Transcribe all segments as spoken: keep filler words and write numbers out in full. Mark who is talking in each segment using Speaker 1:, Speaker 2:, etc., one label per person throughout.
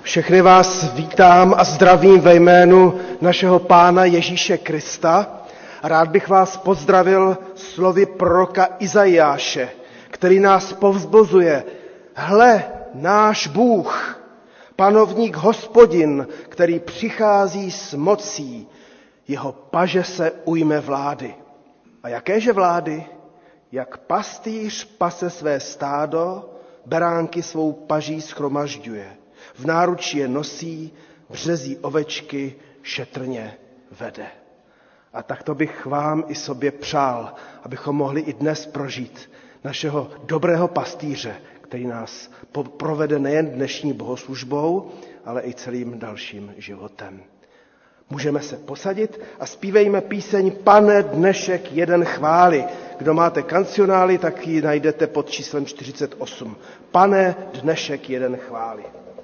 Speaker 1: Všechny vás vítám a zdravím ve jménu našeho Pána Ježíše Krista. A rád bych vás pozdravil slovy proroka Izajáše, který nás povzbuzuje. Hle, náš Bůh, panovník Hospodin, který přichází s mocí, jeho paže se ujme vlády. A jakéže vlády? Jak pastýř pase své stádo, beránky svou paží shromažďuje. V náručí je nosí, březí ovečky šetrně vede. A takto bych vám i sobě přál, abychom mohli i dnes prožít našeho dobrého pastýře, který nás provede nejen dnešní bohoslužbou, ale i celým dalším životem. Můžeme se posadit a zpívejme píseň Pane, dnešek jeden chvály. Kdo máte kancionály, tak ji najdete pod číslem čtyřicet osm. Pane, dnešek jeden chvály.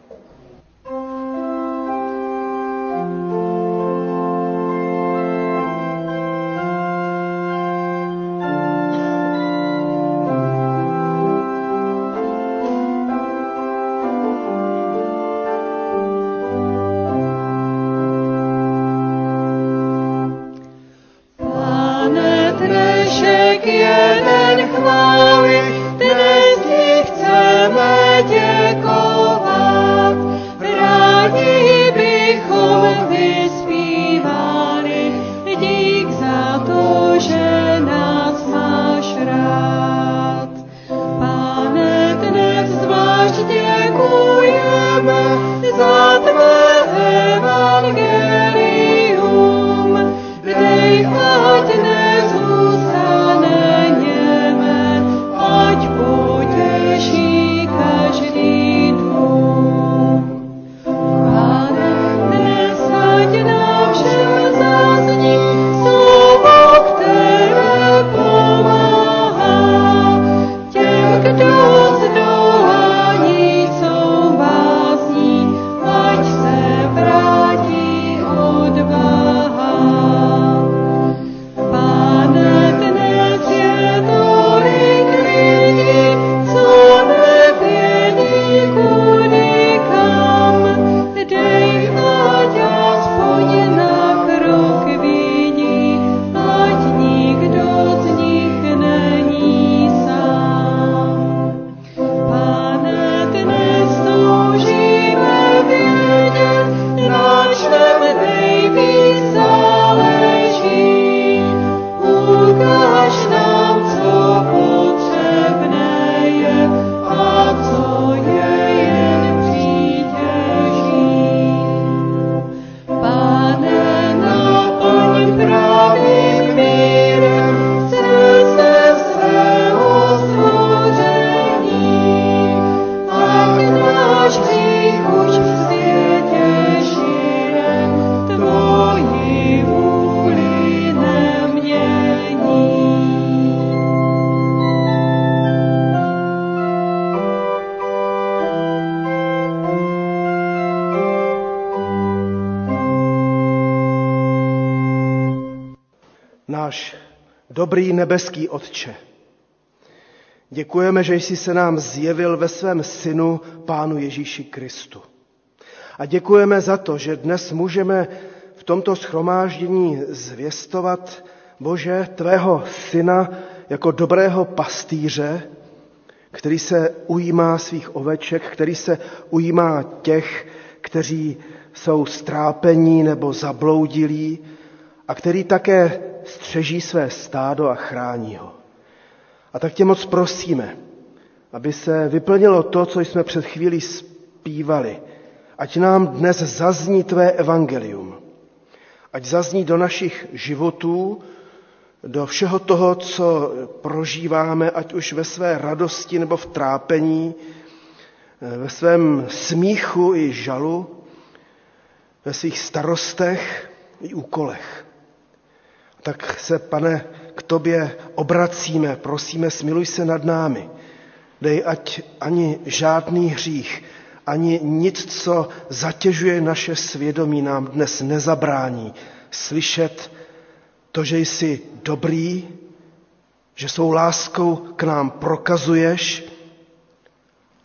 Speaker 1: Náš dobrý nebeský Otče, děkujeme, že jsi se nám zjevil ve svém Synu, Pánu Ježíši Kristu. A děkujeme za to, že dnes můžeme v tomto shromáždění zvěstovat, Bože, tvého Syna jako dobrého pastýře, který se ujímá svých oveček, který se ujímá těch, kteří jsou ztrápení nebo zabloudilí a který také střeží své stádo a chrání ho. A tak tě moc prosíme, aby se vyplnilo to, co jsme před chvílí zpívali. Ať nám dnes zazní tvé evangelium. Ať zazní do našich životů, do všeho toho, co prožíváme, ať už ve své radosti nebo v trápení, ve svém smíchu i žalu, ve svých starostech i úkolech. Tak se, Pane, k tobě obracíme, prosíme, smiluj se nad námi. Dej, ať ani žádný hřích, ani nic, co zatěžuje naše svědomí, nám dnes nezabrání slyšet to, že jsi dobrý, že svou láskou k nám prokazuješ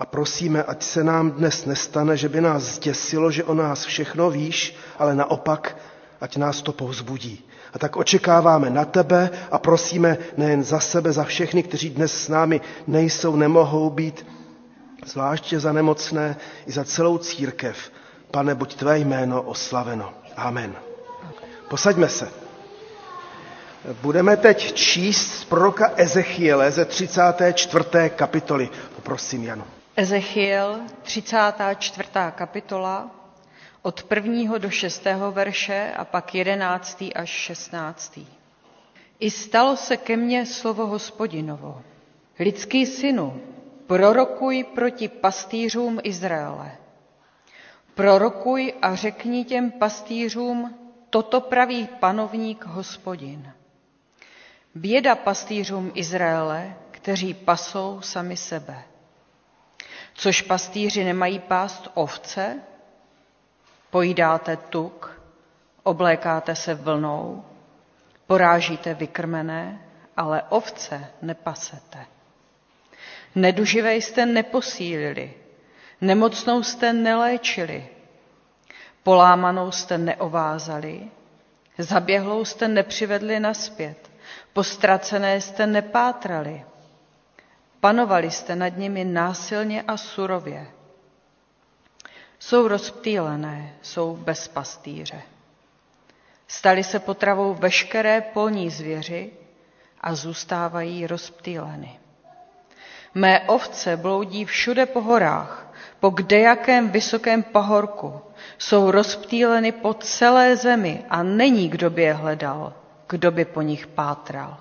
Speaker 1: A prosíme, ať se nám dnes nestane, že by nás zděsilo, že o nás všechno víš, ale naopak, ať nás to povzbudí. A tak očekáváme na tebe a prosíme nejen za sebe, za všechny, kteří dnes s námi nejsou, nemohou být, zvláště za nemocné, i za celou církev. Pane, buď tvé jméno oslaveno. Amen. Posaďme se. Budeme teď číst z proroka Ezechiele ze třicáté čtvrté kapitoly. Poprosím, Janu.
Speaker 2: Ezechiel, třicátá čtvrtá kapitola, od prvního do šestého verše a pak jedenáctý až šestnáctý. I stalo se ke mně slovo Hospodinovo. Lidský synu, prorokuj proti pastýřům Izraele. Prorokuj a řekni těm pastýřům, toto praví panovník Hospodin. Běda pastýřům Izraele, kteří pasou sami sebe. Což pastýři nemají pást ovce? Pojídáte tuk, oblékáte se vlnou, porážíte vykrmené, ale ovce nepasete. Neduživé jste neposílili, nemocnou jste neléčili, polámanou jste neovázali, zaběhlou jste nepřivedli nazpět, postracené jste nepátrali, panovali jste nad nimi násilně a surově. Jsou rozptýlené, jsou bez pastýře. Stali se potravou veškeré polní zvěři a zůstávají rozptýleny. Mé ovce bloudí všude po horách, po kdejakém vysokém pahorku, jsou rozptýleny po celé zemi a není, kdo by je hledal, kdo by po nich pátral.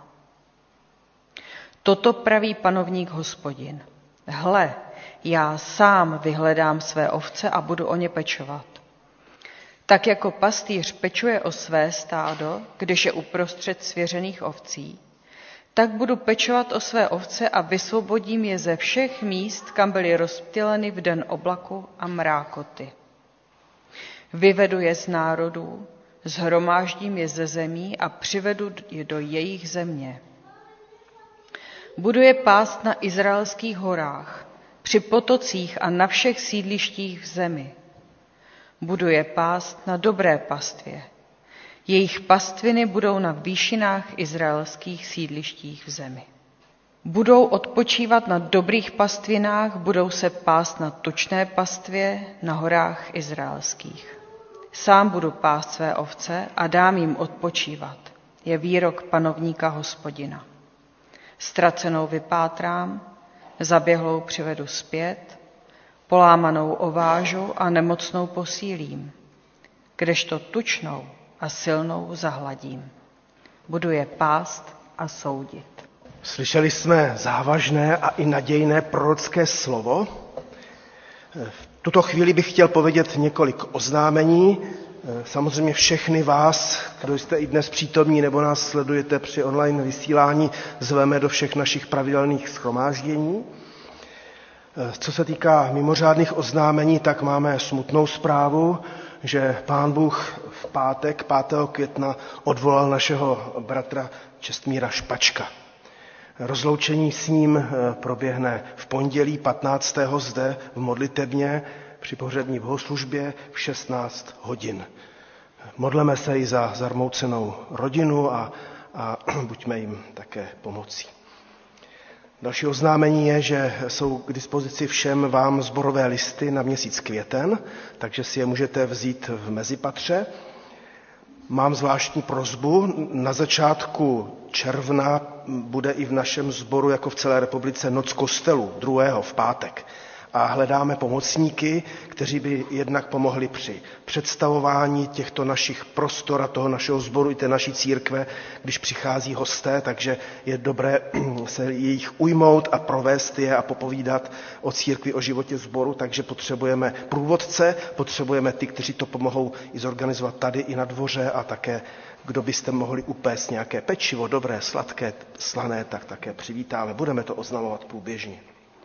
Speaker 2: Toto praví panovník Hospodin. Hle, já sám vyhledám své ovce a budu o ně pečovat. Tak jako pastýř pečuje o své stádo, když je uprostřed svěřených ovcí, tak budu pečovat o své ovce a vysvobodím je ze všech míst, kam byly rozptýleny v den oblaku a mrákoty. Vyvedu je z národů, shromáždím je ze zemí a přivedu je do jejich země. Budu je pást na izraelských horách, při potocích a na všech sídlištích v zemi. Budu je pást na dobré pastvě. Jejich pastviny budou na výšinách izraelských sídlištích v zemi. Budou odpočívat na dobrých pastvinách, budou se pást na tučné pastvě na horách izraelských. Sám budu pást své ovce a dám jim odpočívat. Je výrok panovníka Hospodina. Ztracenou vypátrám, zaběhlou přivedu zpět, polámanou ovážu a nemocnou posílím, kdežto tučnou a silnou zahladím. Budu je pást a soudit.
Speaker 1: Slyšeli jsme závažné a i nadějné prorocké slovo. V tuto chvíli bych chtěl povědět několik oznámení. Samozřejmě všechny vás, kdo jste i dnes přítomní nebo nás sledujete při online vysílání, zveme do všech našich pravidelných shromáždění. Co se týká mimořádných oznámení, tak máme smutnou zprávu, že Pán Bůh v pátek, pátého května, odvolal našeho bratra Čestmíra Špačka. Rozloučení s ním proběhne v pondělí patnáctého zde v modlitebně při pohřební bohoslužbě v šestnáct hodin. Modleme se i za zarmoucenou rodinu a, a buďme jim také pomocí. Další oznámení je, že jsou k dispozici všem vám sborové listy na měsíc květen, takže si je můžete vzít v mezipatře. Mám zvláštní prosbu. Na začátku června bude i v našem sboru, jako v celé republice, Noc kostelů, druhého v pátek. A hledáme pomocníky, kteří by jednak pomohli při představování těchto našich prostor a toho našeho sboru i té naší církve, když přichází hosté, takže je dobré se jich ujmout a provést je a popovídat o církvi, o životě sboru, takže potřebujeme průvodce, potřebujeme ty, kteří to pomohou i zorganizovat tady i na dvoře a také, kdo byste mohli upéct nějaké pečivo, dobré, sladké, slané, tak také přivítáme. Budeme to oznamovat průběžně.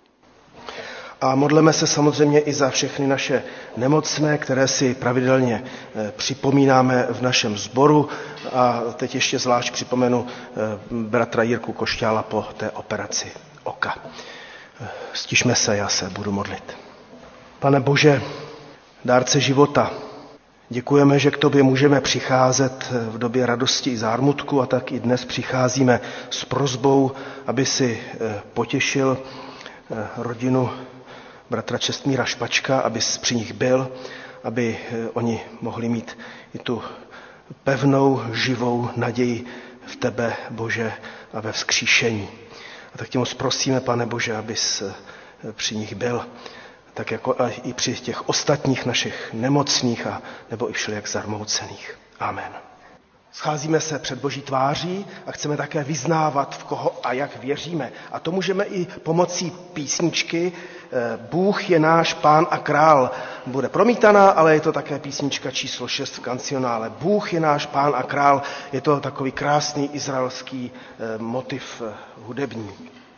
Speaker 1: A modleme se samozřejmě i za všechny naše nemocné, které si pravidelně připomínáme v našem sboru. A teď ještě zvlášť připomenu bratra Jirku Košťála po té operaci oka. Stišme se, já se budu modlit. Pane Bože, dárce života, děkujeme, že k tobě můžeme přicházet v době radosti i zármutku a tak i dnes přicházíme s prosbou, aby si potěšil rodinu bratra Čestmíra Špačka, aby při nich byl, aby oni mohli mít i tu pevnou, živou naději v tebe, Bože, a ve vzkříšení. A tak tě moc prosíme, Pane Bože, abys při nich byl, tak jako i při těch ostatních našich nemocných a nebo i všelijak zarmoucených. Amen. Scházíme se před Boží tváří a chceme také vyznávat, v koho a jak věříme. A to můžeme i pomocí písničky Bůh je náš Pán a Král. Bude promítaná, ale je to také písnička číslo šest v kancionále. Bůh je náš Pán a Král. Je to takový krásný izraelský motiv hudební.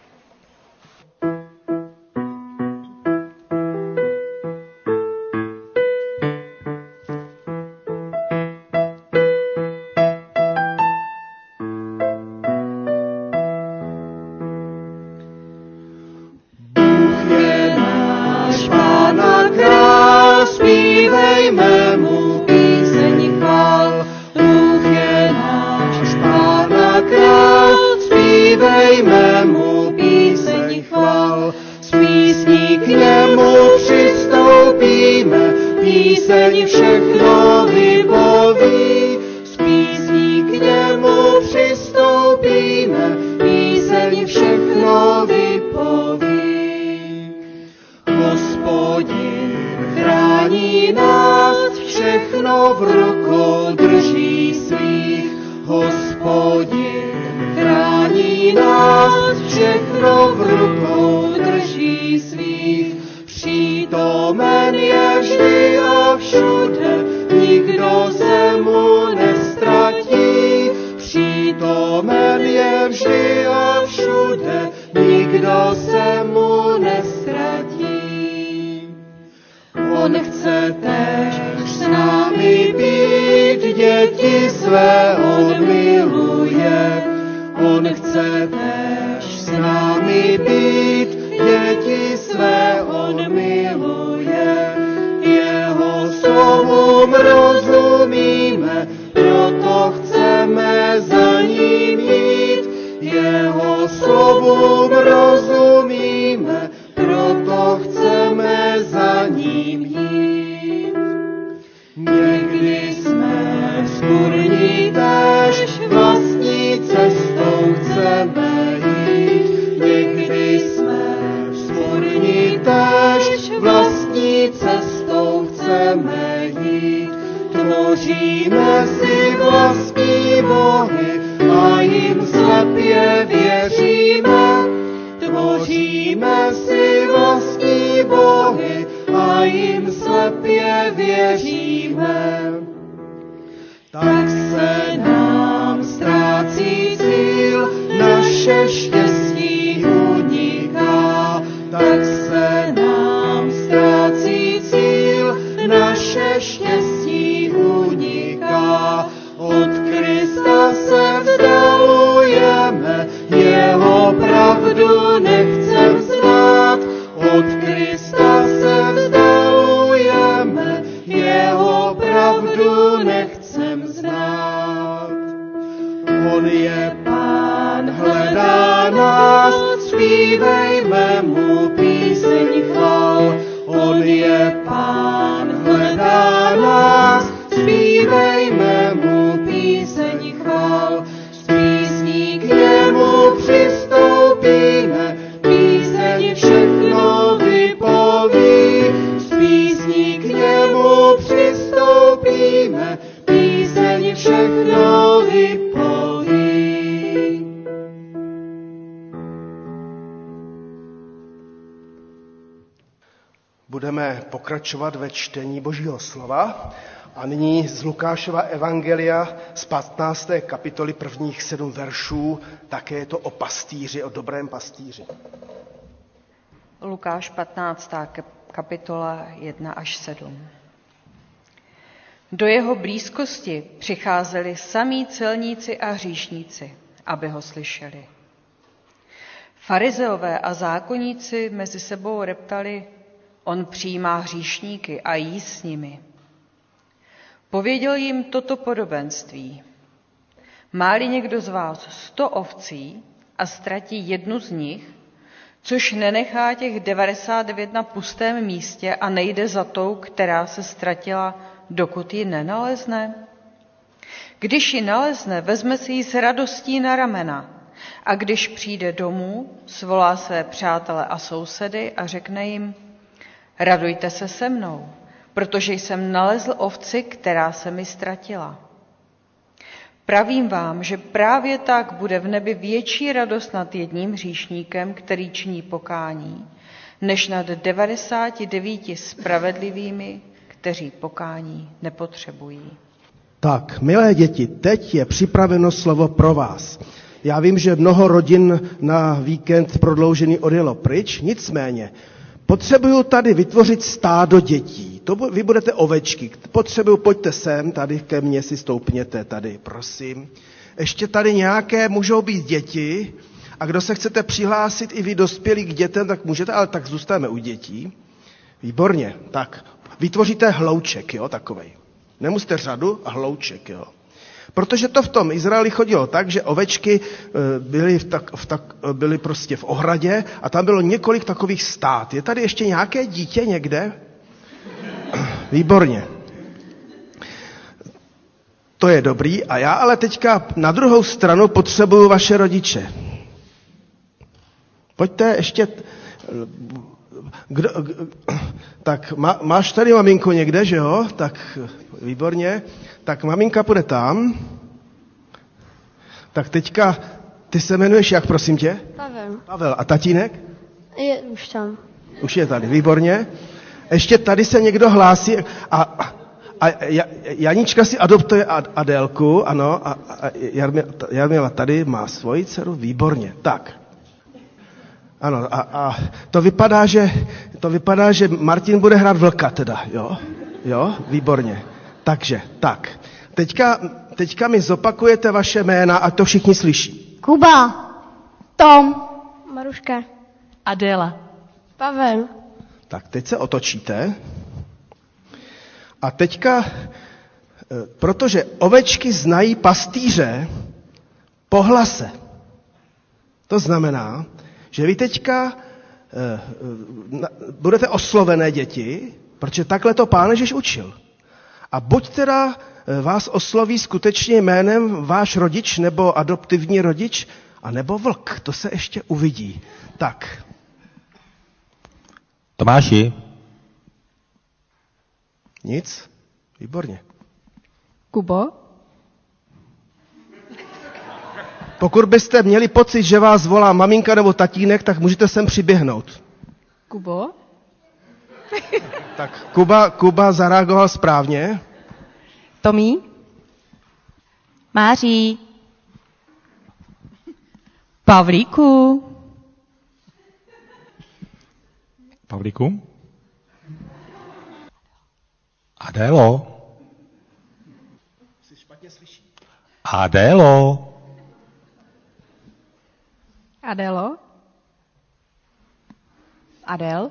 Speaker 1: Budeme pokračovat ve čtení Božího slova a nyní z Lukášova evangelia z patnácté kapitoly prvních sedm veršů, také je to o pastýři, o dobrém pastýři.
Speaker 2: Lukáš patnáctá kapitola jedna až sedm. Do jeho blízkosti přicházeli samí celníci a hříšníci, aby ho slyšeli. Farizeové a zákonníci mezi sebou reptali, on přijímá hříšníky a jí s nimi. Pověděl jim toto podobenství. Má-li někdo z vás sto ovcí a ztratí jednu z nich, což nenechá těch devadesát devět na pustém místě a nejde za tou, která se ztratila, dokud ji nenalezne? Když ji nalezne, vezme si ji s radostí na ramena a když přijde domů, svolá své přátele a sousedy a řekne jim, radujte se se mnou, protože jsem nalezl ovci, která se mi ztratila. Pravím vám, že právě tak bude v nebi větší radost nad jedním hříšníkem, který činí pokání, než nad devadesáti devíti spravedlivými, kteří pokání nepotřebují.
Speaker 1: Tak, milé děti, teď je připraveno slovo pro vás. Já vím, že mnoho rodin na víkend prodloužený odjelo pryč, nicméně potřebuju tady vytvořit stádo dětí. To vy budete ovečky. Potřebuju, pojďte sem, tady ke mně si stoupněte, tady, prosím. Ještě tady nějaké můžou být děti a kdo se chcete přihlásit i vy dospělí k dětem, tak můžete, ale tak zůstaneme u dětí. Výborně, tak vytvoříte hlouček, jo, takovej. Nemusíte řadu a hlouček, jo. Protože to v tom Izraeli chodilo tak, že ovečky byly, v tak, v tak, byly prostě v ohradě a tam bylo několik takových stád. Je tady ještě nějaké dítě někde? Výborně. To je dobrý. A já ale teďka na druhou stranu potřebuju vaše rodiče. Pojďte ještě... Kdo, tak má, máš tady maminku někde, že jo? Tak výborně. Tak maminka půjde tam. Tak teďka, ty se jmenuješ jak, prosím tě?
Speaker 3: Pavel.
Speaker 1: Pavel. A tatínek?
Speaker 3: Je už tam.
Speaker 1: Už je tady, výborně. Ještě tady se někdo hlásí. A, a Janička si adoptuje Adélku, ano. A, a Jarmila tady má svoji dceru, výborně. Tak. Ano, a, a to vypadá, že to vypadá, že Martin bude hrát vlka teda, jo? Jo, výborně. Takže, tak. Teďka, teďka mi zopakujete vaše jména, ať to všichni slyší.
Speaker 3: Kuba. Tom. Maruška.
Speaker 4: Adéla.
Speaker 3: Pavel.
Speaker 1: Tak, teď se otočíte. A teďka, protože ovečky znají pastýře po hlase. To znamená, že vy teďka eh, budete oslovené děti, protože takhle to Pán Ježíš učil. A buď teda vás osloví skutečně jménem váš rodič nebo adoptivní rodič, anebo vlk. To se ještě uvidí. Tak.
Speaker 5: Tomáši.
Speaker 1: Nic? Výborně.
Speaker 4: Kubo.
Speaker 1: Pokud byste měli pocit, že vás volá maminka nebo tatínek, tak můžete sem přiběhnout.
Speaker 4: Kubo.
Speaker 1: Tak Kuba, Kuba zareagoval správně.
Speaker 4: Tomí. Máří. Pavlíku.
Speaker 5: Pavlíku. Adélo. Adélo.
Speaker 4: Adélo. Adél.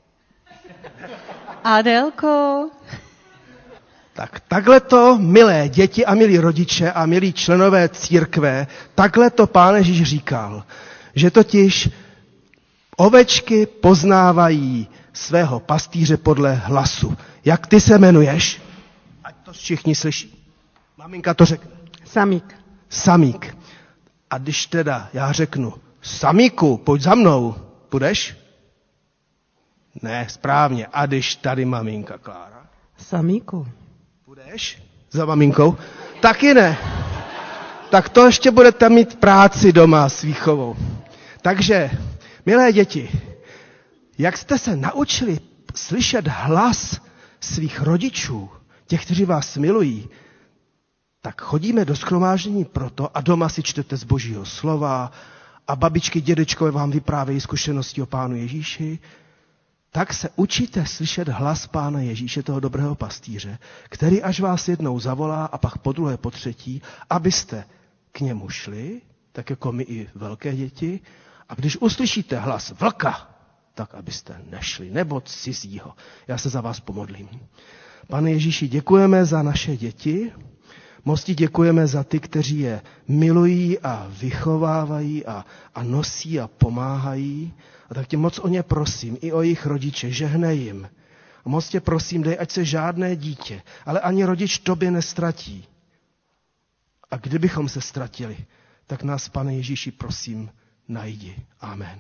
Speaker 4: Adélko.
Speaker 1: Tak takhle to, milé děti a milí rodiče a milí členové církve, takhle to Pán Ježíš říkal, že totiž ovečky poznávají svého pastýře podle hlasu. Jak ty se jmenuješ? Ať to všichni slyší. Maminka to řekne.
Speaker 4: Samík.
Speaker 1: Samík. A když teda já řeknu, Samíku, pojď za mnou, půjdeš? Ne, správně. A když tady maminka Klára?
Speaker 4: Samíku.
Speaker 1: Půjdeš za maminkou? Taky ne. Tak to ještě budete mít práci doma s výchovou. Takže, milé děti, jak jste se naučili slyšet hlas svých rodičů, těch, kteří vás milují, tak chodíme do shromáždění proto a doma si čtete z Božího slova a babičky, dědečkové vám vyprávějí zkušenosti o Pánu Ježíši, tak se učíte slyšet hlas Pána Ježíše, toho dobrého pastýře, který až vás jednou zavolá a pak po druhé, po třetí, abyste k němu šli, tak jako my i velké děti, A když uslyšíte hlas vlka, tak abyste nešli, nebo cizího. Já se za vás pomodlím. Pane Ježíši, děkujeme za naše děti. Moc ti děkujeme za ty, kteří je milují a vychovávají a, a nosí a pomáhají. A tak tě moc o ně prosím, i o jejich rodiče, žehnej jim. A moc tě prosím, dej, ať se žádné dítě, ale ani rodič tobě nestratí. A kdybychom se ztratili, tak nás, Pane Ježíši, prosím, najdi. Amen.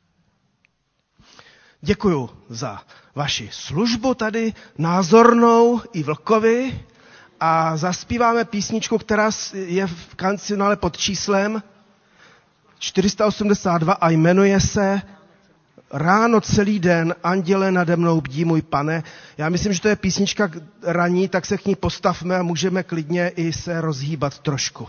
Speaker 1: Děkuju za vaši službu tady, názornou i vlkovi, a zaspíváme písničku, která je v kancionále pod číslem čtyři sta osmdesát dva a jmenuje se Ráno celý den, anděle nade mnou bdí můj Pane. Já myslím, že to je písnička raní, tak se k ní postavme a můžeme klidně i se rozhýbat trošku.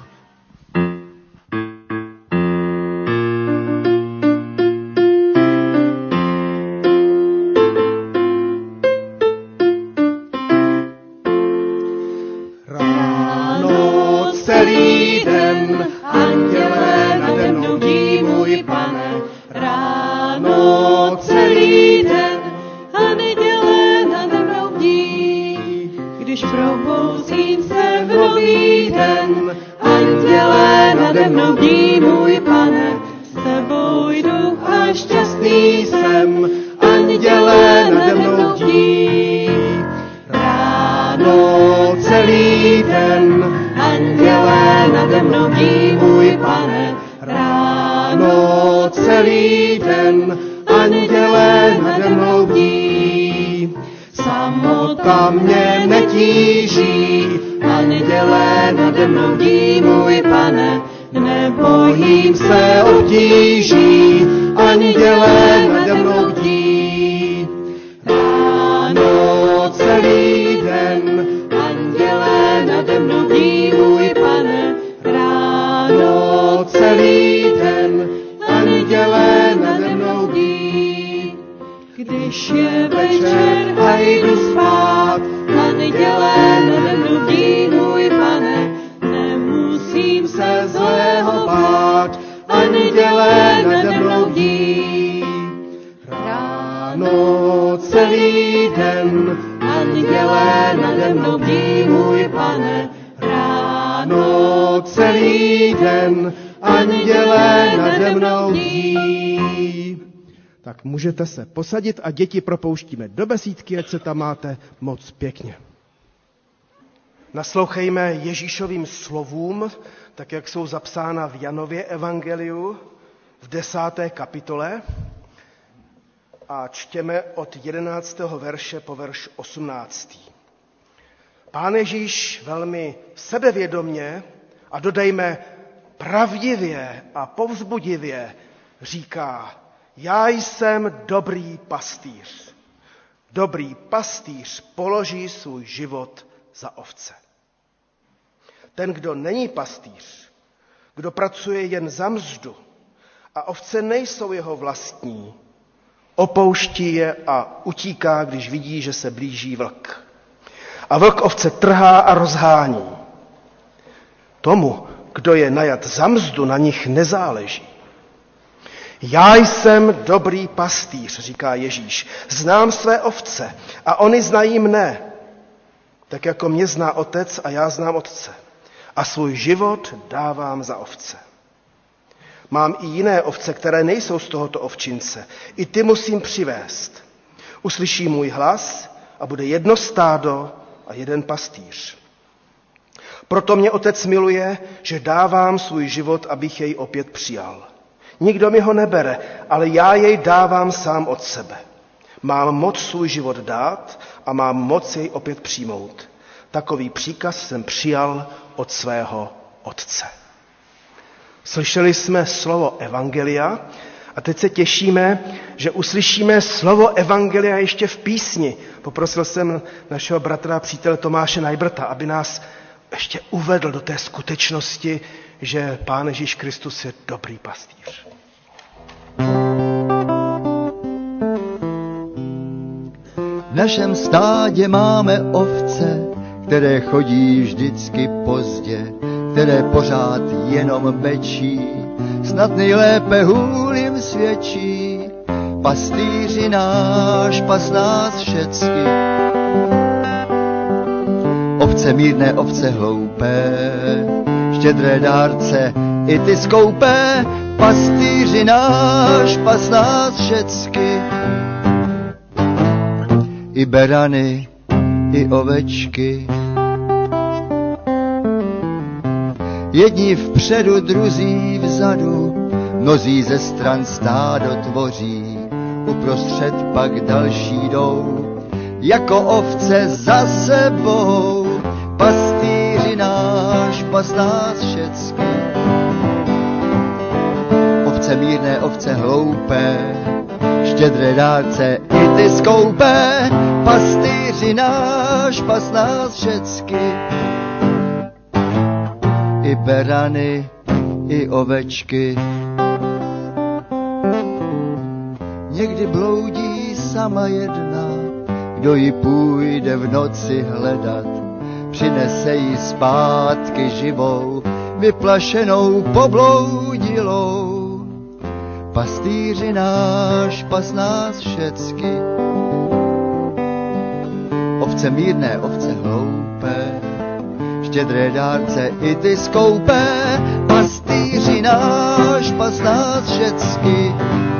Speaker 1: Můžete se posadit a děti propouštíme do besídky, ať se tam máte moc pěkně. Naslouchejme Ježíšovým slovům, tak jak jsou zapsána v Janově evangeliu v desáté kapitole a čtěme od jedenáctého verše po verš osmnáctý. Pán Ježíš velmi sebevědomně a dodejme pravdivě a povzbudivě říká: Já jsem dobrý pastýř. Dobrý pastýř položí svůj život za ovce. Ten, kdo není pastýř, kdo pracuje jen za mzdu a ovce nejsou jeho vlastní, opouští je a utíká, když vidí, že se blíží vlk. A vlk ovce trhá a rozhání. Tomu, kdo je najat za mzdu, na nich nezáleží. Já jsem dobrý pastýř, říká Ježíš. Znám své ovce a oni znají mne, tak jako mě zná otec a já znám otce. A svůj život dávám za ovce. Mám i jiné ovce, které nejsou z tohoto ovčince. I ty musím přivést. Uslyší můj hlas a bude jedno stádo a jeden pastýř. Proto mě otec miluje, že dávám svůj život, abych jej opět přijal. Nikdo mi ho nebere, ale já jej dávám sám od sebe. Mám moc svůj život dát a mám moc jej opět přijmout. Takový příkaz jsem přijal od svého otce. Slyšeli jsme slovo evangelia a teď se těšíme, že uslyšíme slovo evangelia ještě v písni. Poprosil jsem našeho bratra a přítele Tomáše Najbrta, aby nás ještě uvedl do té skutečnosti, že Pán Ježíš Kristus je dobrý pastýř.
Speaker 6: V našem stádě máme ovce, které chodí vždycky pozdě, které pořád jenom bečí snad nejlépe hůlím svědčí. Pastýři náš, pas nás všecky. Ovce mírné, ovce hloupé, štědré dárce, i ty skoupé. Pastýři náš, pas nás všecky. I berany, i ovečky. Jedni vpředu, druzí vzadu, mnozí ze stran stádo tvoří. Uprostřed pak další jdou, jako ovce za sebou. Pastýři náš, pas nás všecky. Ovce mírné, ovce hloupé, štědré dárce, i ty skoupé. Pastýři náš, pas nás všecky. I berany, i ovečky. Někdy bloudí sama jedna, kdo ji půjde v noci hledat. Přinese ji zpátky živou, vyplašenou pobloudilou. Pastýři náš, pas nás všecky. Ovce mírné, ovce hloupé, štědré dárce, i ty skoupé. Pastýři náš, pas nás všecky.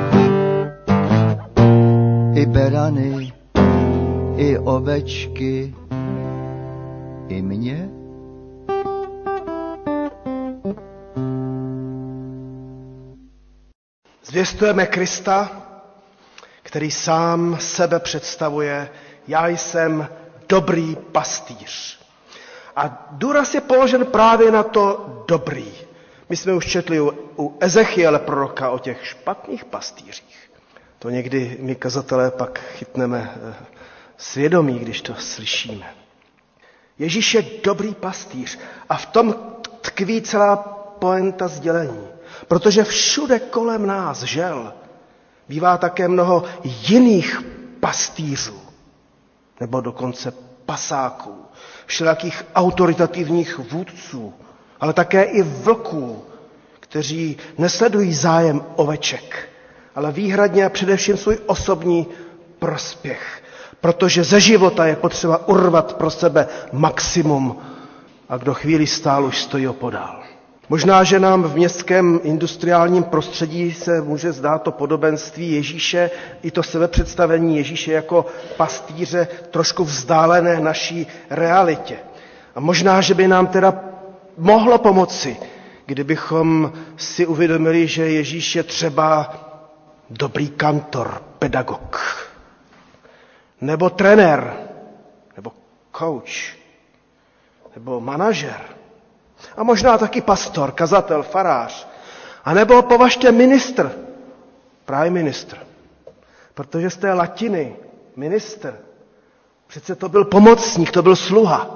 Speaker 6: I berany, i ovečky, i mě.
Speaker 1: Zvěstujeme Krista, který sám sebe představuje: já jsem dobrý pastýř. A důraz je položen právě na to dobrý. My jsme už četli u, u Ezechiele proroka o těch špatných pastýřích. To někdy my kazatelé pak chytneme svědomí, když to slyšíme. Ježíš je dobrý pastýř a v tom tkví celá pointa sdělení. Protože všude kolem nás, žel, bývá také mnoho jiných pastýřů, nebo dokonce pasáků, všelakých autoritativních vůdců, ale také i vlků, kteří nesledují zájem oveček, ale výhradně a především svůj osobní prospěch. Protože ze života je potřeba urvat pro sebe maximum a kdo chvíli stál, už stojí opodál. Možná, že nám v městském industriálním prostředí se může zdát to podobenství Ježíše, i to sebepředstavení Ježíše jako pastýře trošku vzdálené naší realitě. A možná, že by nám teda mohlo pomoci, kdybychom si uvědomili, že Ježíš je třeba dobrý kantor, pedagog, nebo trenér, nebo coach, nebo manažer, a možná taky pastor, kazatel, farář, a nebo považte ministr, prime ministr, protože z té latiny ministr, přece to byl pomocník, to byl sluha.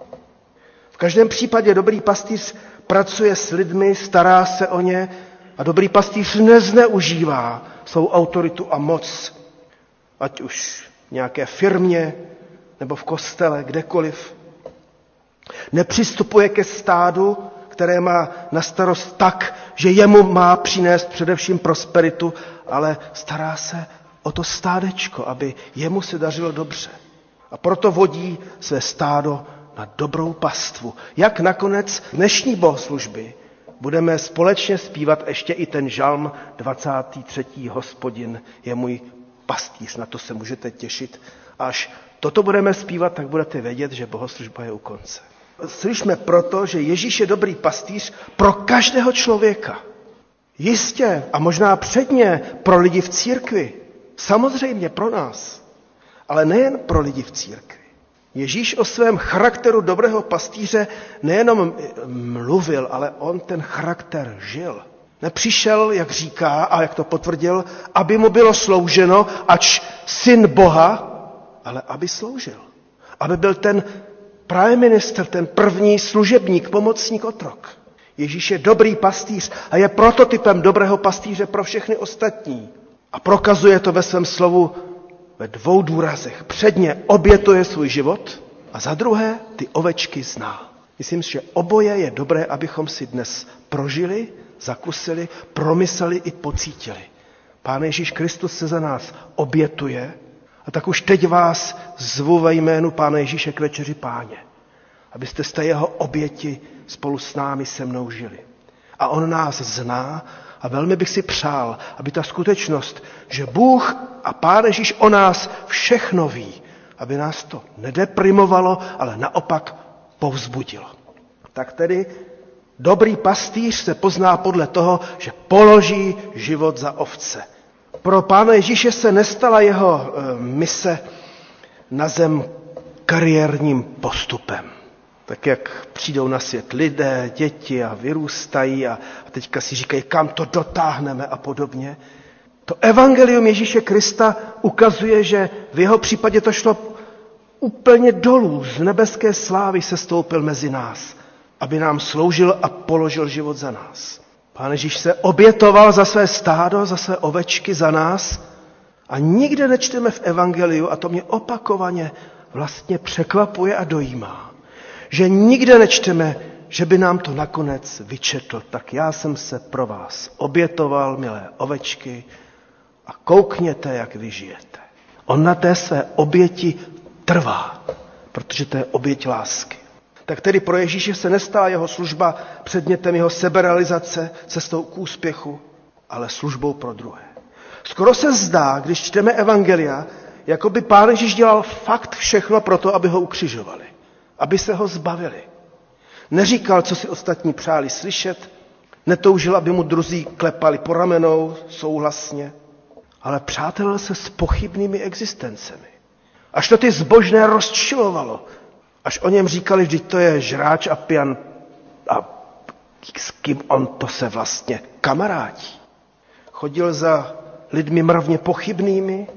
Speaker 1: V každém případě dobrý pastýř pracuje s lidmi, stará se o ně a dobrý pastýř nezneužívá svou autoritu a moc, ať už v nějaké firmě nebo v kostele, kdekoliv. Nepřistupuje ke stádu, které má na starost tak, že jemu má přinést především prosperitu, ale stará se o to stádečko, aby jemu se dařilo dobře. A proto vodí své stádo na dobrou pastvu. Jak nakonec dnešní bohoslužby budeme společně zpívat ještě i ten žalm dvacátý třetí Hospodin je můj pastýř. Na to se můžete těšit. Až toto budeme zpívat, tak budete vědět, že bohoslužba je u konce. Slyšme proto, že Ježíš je dobrý pastýř pro každého člověka. Jistě a možná předně pro lidi v církvi. Samozřejmě pro nás. Ale nejen pro lidi v církvi. Ježíš o svém charakteru dobrého pastýře nejenom mluvil, ale on ten charakter žil. Nepřišel, jak říká a jak to potvrdil, aby mu bylo slouženo, ač syn Boha, ale aby sloužil. Aby byl ten prime minister, ten první služebník, pomocník, otrok. Ježíš je dobrý pastýř a je prototypem dobrého pastýře pro všechny ostatní. A prokazuje to ve svém slovu ve dvou důrazech. Předně obětuje svůj život a za druhé ty ovečky zná. Myslím si, že oboje je dobré, abychom si dnes prožili zakusili, promysleli i pocítili. Pán Ježíš Kristus se za nás obětuje a tak už teď vás zvu ve jménu Pána Ježíše k večeři Páně, abyste z té jeho oběti spolu s námi se mnou žili. A on nás zná a velmi bych si přál, aby ta skutečnost, že Bůh a Pán Ježíš o nás všechno ví, aby nás to nedeprimovalo, ale naopak povzbudilo. Tak tedy dobrý pastýř se pozná podle toho, že položí život za ovce. Pro Pána Ježíše se nestala jeho e, mise na zem kariérním postupem. Tak jak přijdou na svět lidé, děti a vyrůstají a, a teďka si říkají, kam to dotáhneme a podobně. To evangelium Ježíše Krista ukazuje, že v jeho případě to šlo úplně dolů, z nebeské slávy se stoupil mezi nás, aby nám sloužil a položil život za nás. Pán Ježíš se obětoval za své stádo, za své ovečky, za nás a nikde nečteme v evangeliu, a to mě opakovaně vlastně překvapuje a dojímá, že nikde nečteme, že by nám to nakonec vyčetl. Tak já jsem se pro vás obětoval, milé ovečky, a koukněte, jak vy žijete. On na té své oběti trvá, protože to je oběť lásky. Tak tedy pro Ježíše se nestala jeho služba předmětem jeho seberealizace, cestou k úspěchu, ale službou pro druhé. Skoro se zdá, když čteme evangelia, jako by Pán Ježíš dělal fakt všechno pro to, aby ho ukřižovali, aby se ho zbavili. Neříkal, co si ostatní přáli slyšet, netoužil, aby mu druzí klepali po ramenou souhlasně, ale přátelil se s pochybnými existencemi. Až to ty zbožné rozčilovalo, až o něm říkali, vždyť to je žráč a pijan a s kým on to se vlastně kamarádí. Chodil za lidmi mravně pochybnými,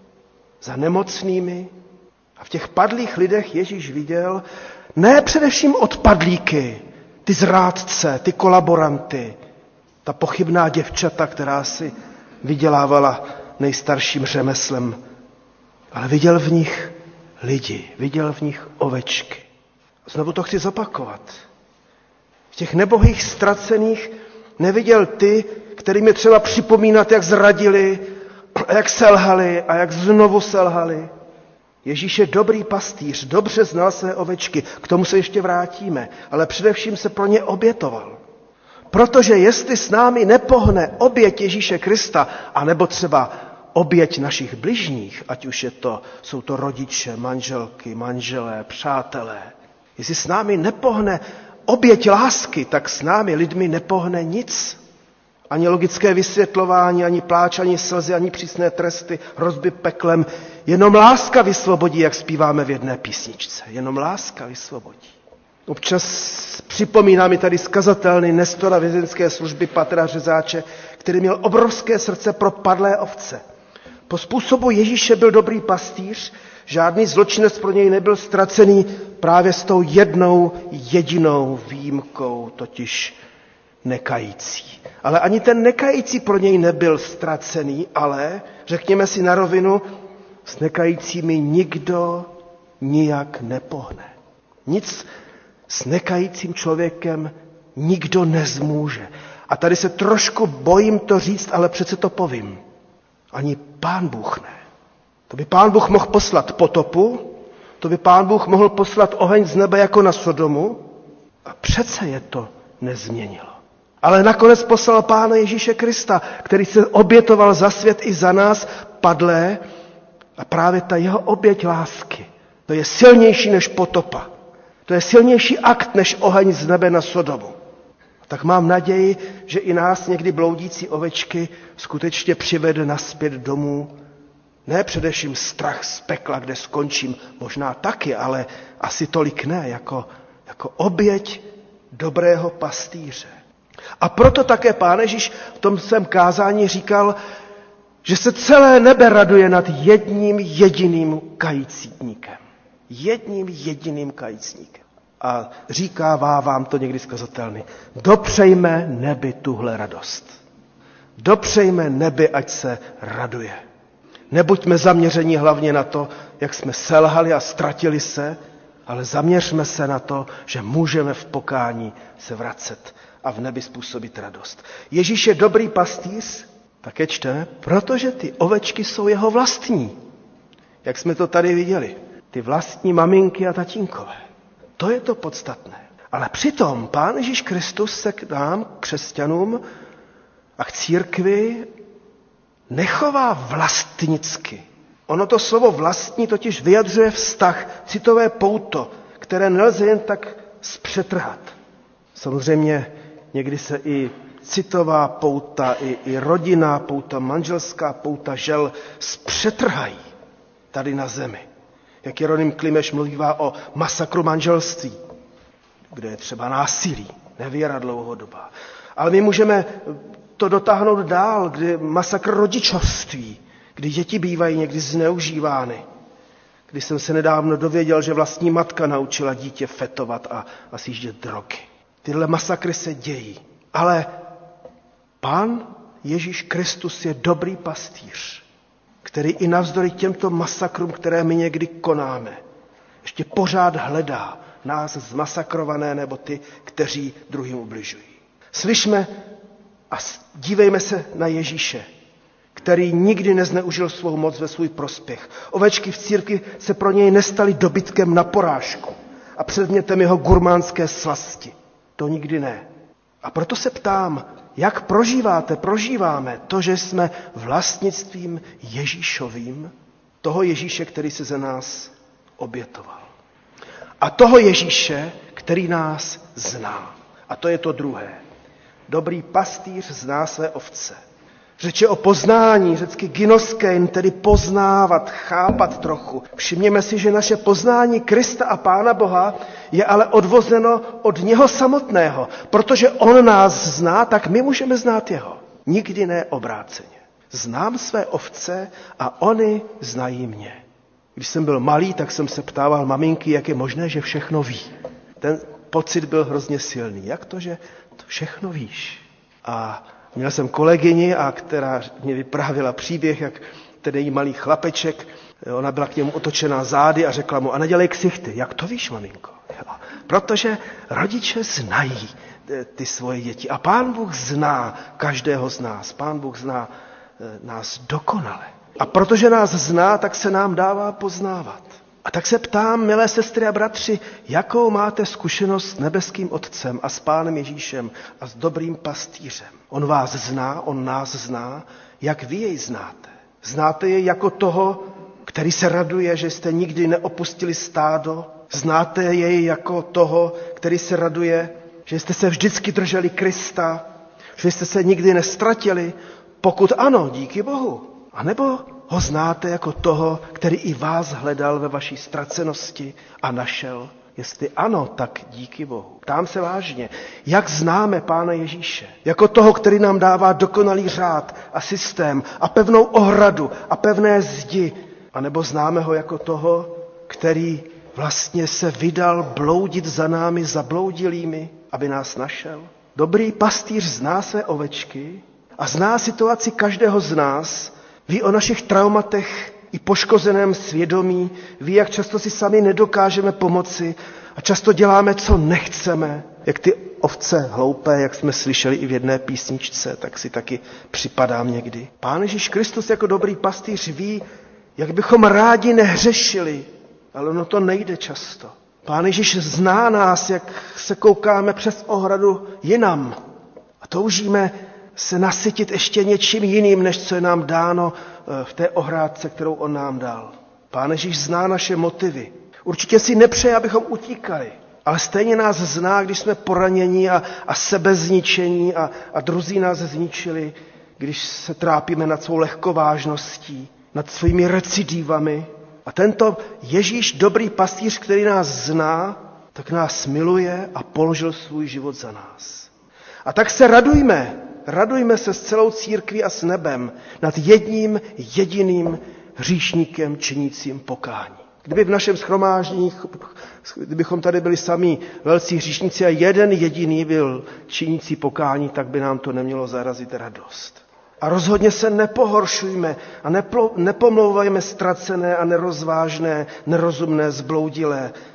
Speaker 1: za nemocnými a v těch padlých lidech Ježíš viděl ne především odpadlíky, ty zrádce, ty kolaboranty, ta pochybná děvčata, která si vydělávala nejstarším řemeslem, ale viděl v nich lidi, viděl v nich ovečky. Znovu to chci zopakovat. V těch nebohých ztracených neviděl ty, kterým je třeba připomínat, jak zradili, a jak selhali a jak znovu selhali. Ježíš je dobrý pastýř, dobře znal své ovečky, k tomu se ještě vrátíme, ale především se pro ně obětoval. Protože jestli s námi nepohne oběť Ježíše Krista, anebo třeba oběť našich bližních, ať už je to, jsou to rodiče, manželky, manželé, přátelé, jestli s námi nepohne oběť lásky, tak s námi lidmi nepohne nic. Ani logické vysvětlování, ani pláč, ani slzy, ani přísné tresty, hrozby peklem. Jenom láska vysvobodí, jak zpíváme v jedné písničce. Jenom láska vysvobodí. Občas připomíná mi tady skazatelný Nestora vězeňské služby Patra Řezáče, který měl obrovské srdce pro padlé ovce. Po způsobu Ježíše byl dobrý pastýř, žádný zločinec pro něj nebyl ztracený právě s tou jednou jedinou výjimkou, totiž nekající. Ale ani ten nekající pro něj nebyl ztracený, ale, řekněme si na rovinu, s nekajícími nikdo nijak nepohne. Nic s nekajícím člověkem nikdo nezmůže. A tady se trošku bojím to říct, ale přece to povím. Ani Pán Bůh ne. To by Pán Bůh mohl poslat potopu, to by Pán Bůh mohl poslat oheň z nebe jako na Sodomu a přece je to nezměnilo. Ale nakonec poslal Pána Ježíše Krista, který se obětoval za svět i za nás padlé a právě ta jeho oběť lásky, to je silnější než potopa. To je silnější akt než oheň z nebe na Sodomu. Tak mám naději, že i nás někdy bloudící ovečky skutečně přivede nazpět domů. Ne především strach z pekla, kde skončím, možná taky, ale asi tolik ne, jako, jako oběť dobrého pastýře. A proto také Pán Ježíš v tom svém kázání říkal, že se celé nebe raduje nad jedním jediným kajícníkem. Jedním jediným kajícníkem. A říkává vám to někdy skazatelný. Dopřejme nebi tuhle radost. Dopřejme nebi, ať se raduje. Nebuďme zaměření hlavně na to, jak jsme selhali a ztratili se, ale zaměřme se na to, že můžeme v pokání se vracet a v nebi způsobit radost. Ježíš je dobrý pastýř, také čteme, protože ty ovečky jsou jeho vlastní. Jak jsme to tady viděli. Ty vlastní maminky a tatínkové. To je to podstatné. Ale přitom Pán Ježíš Kristus se k nám, křesťanům a k církvi nechová vlastnicky. Ono to slovo vlastní totiž vyjadřuje vztah, citové pouto, které nelze jen tak zpřetrhat. Samozřejmě někdy se i citová pouta, i, i rodinná pouta, manželská pouta, žel zpřetrhají tady na zemi. Jak Jeroným Klimeš mluvívá o masakru manželství, kde je třeba násilí, nevěra dlouhodobá. Ale my můžeme to dotáhnout dál, kdy masakr rodičovství, kdy děti bývají někdy zneužívány. Když jsem se nedávno dověděl, že vlastní matka naučila dítě fetovat a, a sjíždět drogy. Tyhle masakry se dějí. Ale Pán Ježíš Kristus je dobrý pastýř, který i navzdory těmto masakrům, které my někdy konáme, ještě pořád hledá nás zmasakrované nebo ty, kteří druhým ubližují. Slyšme a dívejme se na Ježíše, který nikdy nezneužil svou moc ve svůj prospěch. Ovečky v církvi se pro něj nestaly dobytkem na porážku a předmětem jeho gurmánské slasti. To nikdy ne. A proto se ptám, jak prožíváte, prožíváme to, že jsme vlastnictvím Ježíšovým, toho Ježíše, který se za nás obětoval. A toho Ježíše, který nás zná. A to je to druhé. Dobrý pastýř zná své ovce. Řeč je o poznání, řecky gynoskein, tedy poznávat, chápat trochu. Všimněme si, že naše poznání Krista a Pána Boha je ale odvozeno od něho samotného. Protože on nás zná, tak my můžeme znát jeho. Nikdy ne obráceně. Znám své ovce a oni znají mě. Když jsem byl malý, tak jsem se ptával maminky, jak je možné, že všechno ví. Ten pocit byl hrozně silný. Jak to, že to všechno víš? A měl jsem kolegyni, a která mě vyprávěla příběh, jak tedy její malý chlapeček, ona byla k němu otočená zády a řekla mu, a nedělej ksichty. Jak to víš, maminko? Jo, protože rodiče znají ty svoje děti. A Pán Bůh zná každého z nás. Pán Bůh zná nás dokonale. A protože nás zná, tak se nám dává poznávat. A tak se ptám, milé sestry a bratři, jakou máte zkušenost s nebeským Otcem a s Pánem Ježíšem a s dobrým pastýřem. On vás zná, on nás zná, jak vy jej znáte. Znáte jej jako toho, který se raduje, že jste nikdy neopustili stádo. Znáte jej jako toho, který se raduje, že jste se vždycky drželi Krista, že jste se nikdy nestratili. Pokud ano, díky Bohu. A nebo ho znáte jako toho, který i vás hledal ve vaší ztracenosti a našel? Jestli ano, tak díky Bohu. Ptám se vážně, jak známe Pána Ježíše? Jako toho, který nám dává dokonalý řád a systém a pevnou ohradu a pevné zdi. A nebo známe ho jako toho, který vlastně se vydal bloudit za námi zabloudilými, aby nás našel? Dobrý pastýř zná své ovečky a zná situaci každého z nás, ví o našich traumatech i poškozeném svědomí, ví, jak často si sami nedokážeme pomoci a často děláme, co nechceme. Jak ty ovce hloupé, jak jsme slyšeli i v jedné písničce, tak si taky připadám někdy. Pán Ježíš Kristus jako dobrý pastýř ví, jak bychom rádi nehřešili, ale ono to nejde často. Pán Ježíš zná nás, jak se koukáme přes ohradu jinam a toužíme se nasytit ještě něčím jiným, než co je nám dáno v té ohrádce, kterou on nám dal. Pán Ježíš zná naše motivy. Určitě si nepřeje, abychom utíkali, ale stejně nás zná, když jsme poranění a, a sebezničení a, a druzí nás zničili, když se trápíme nad svou lehkovážností, nad svými recidivami. A tento Ježíš, dobrý pastýř, který nás zná, tak nás miluje a položil svůj život za nás. A tak se radujme, radujme se s celou církví a s nebem nad jedním jediným hříšníkem činícím pokání. Kdyby v našem shromáždění, kdybychom tady byli sami velcí hříšníci a jeden jediný byl činící pokání, tak by nám to nemělo zarazit radost. A rozhodně se nepohoršujme a neplo, nepomlouvajme ztracené a nerozvážné, nerozumné, zbloudilé,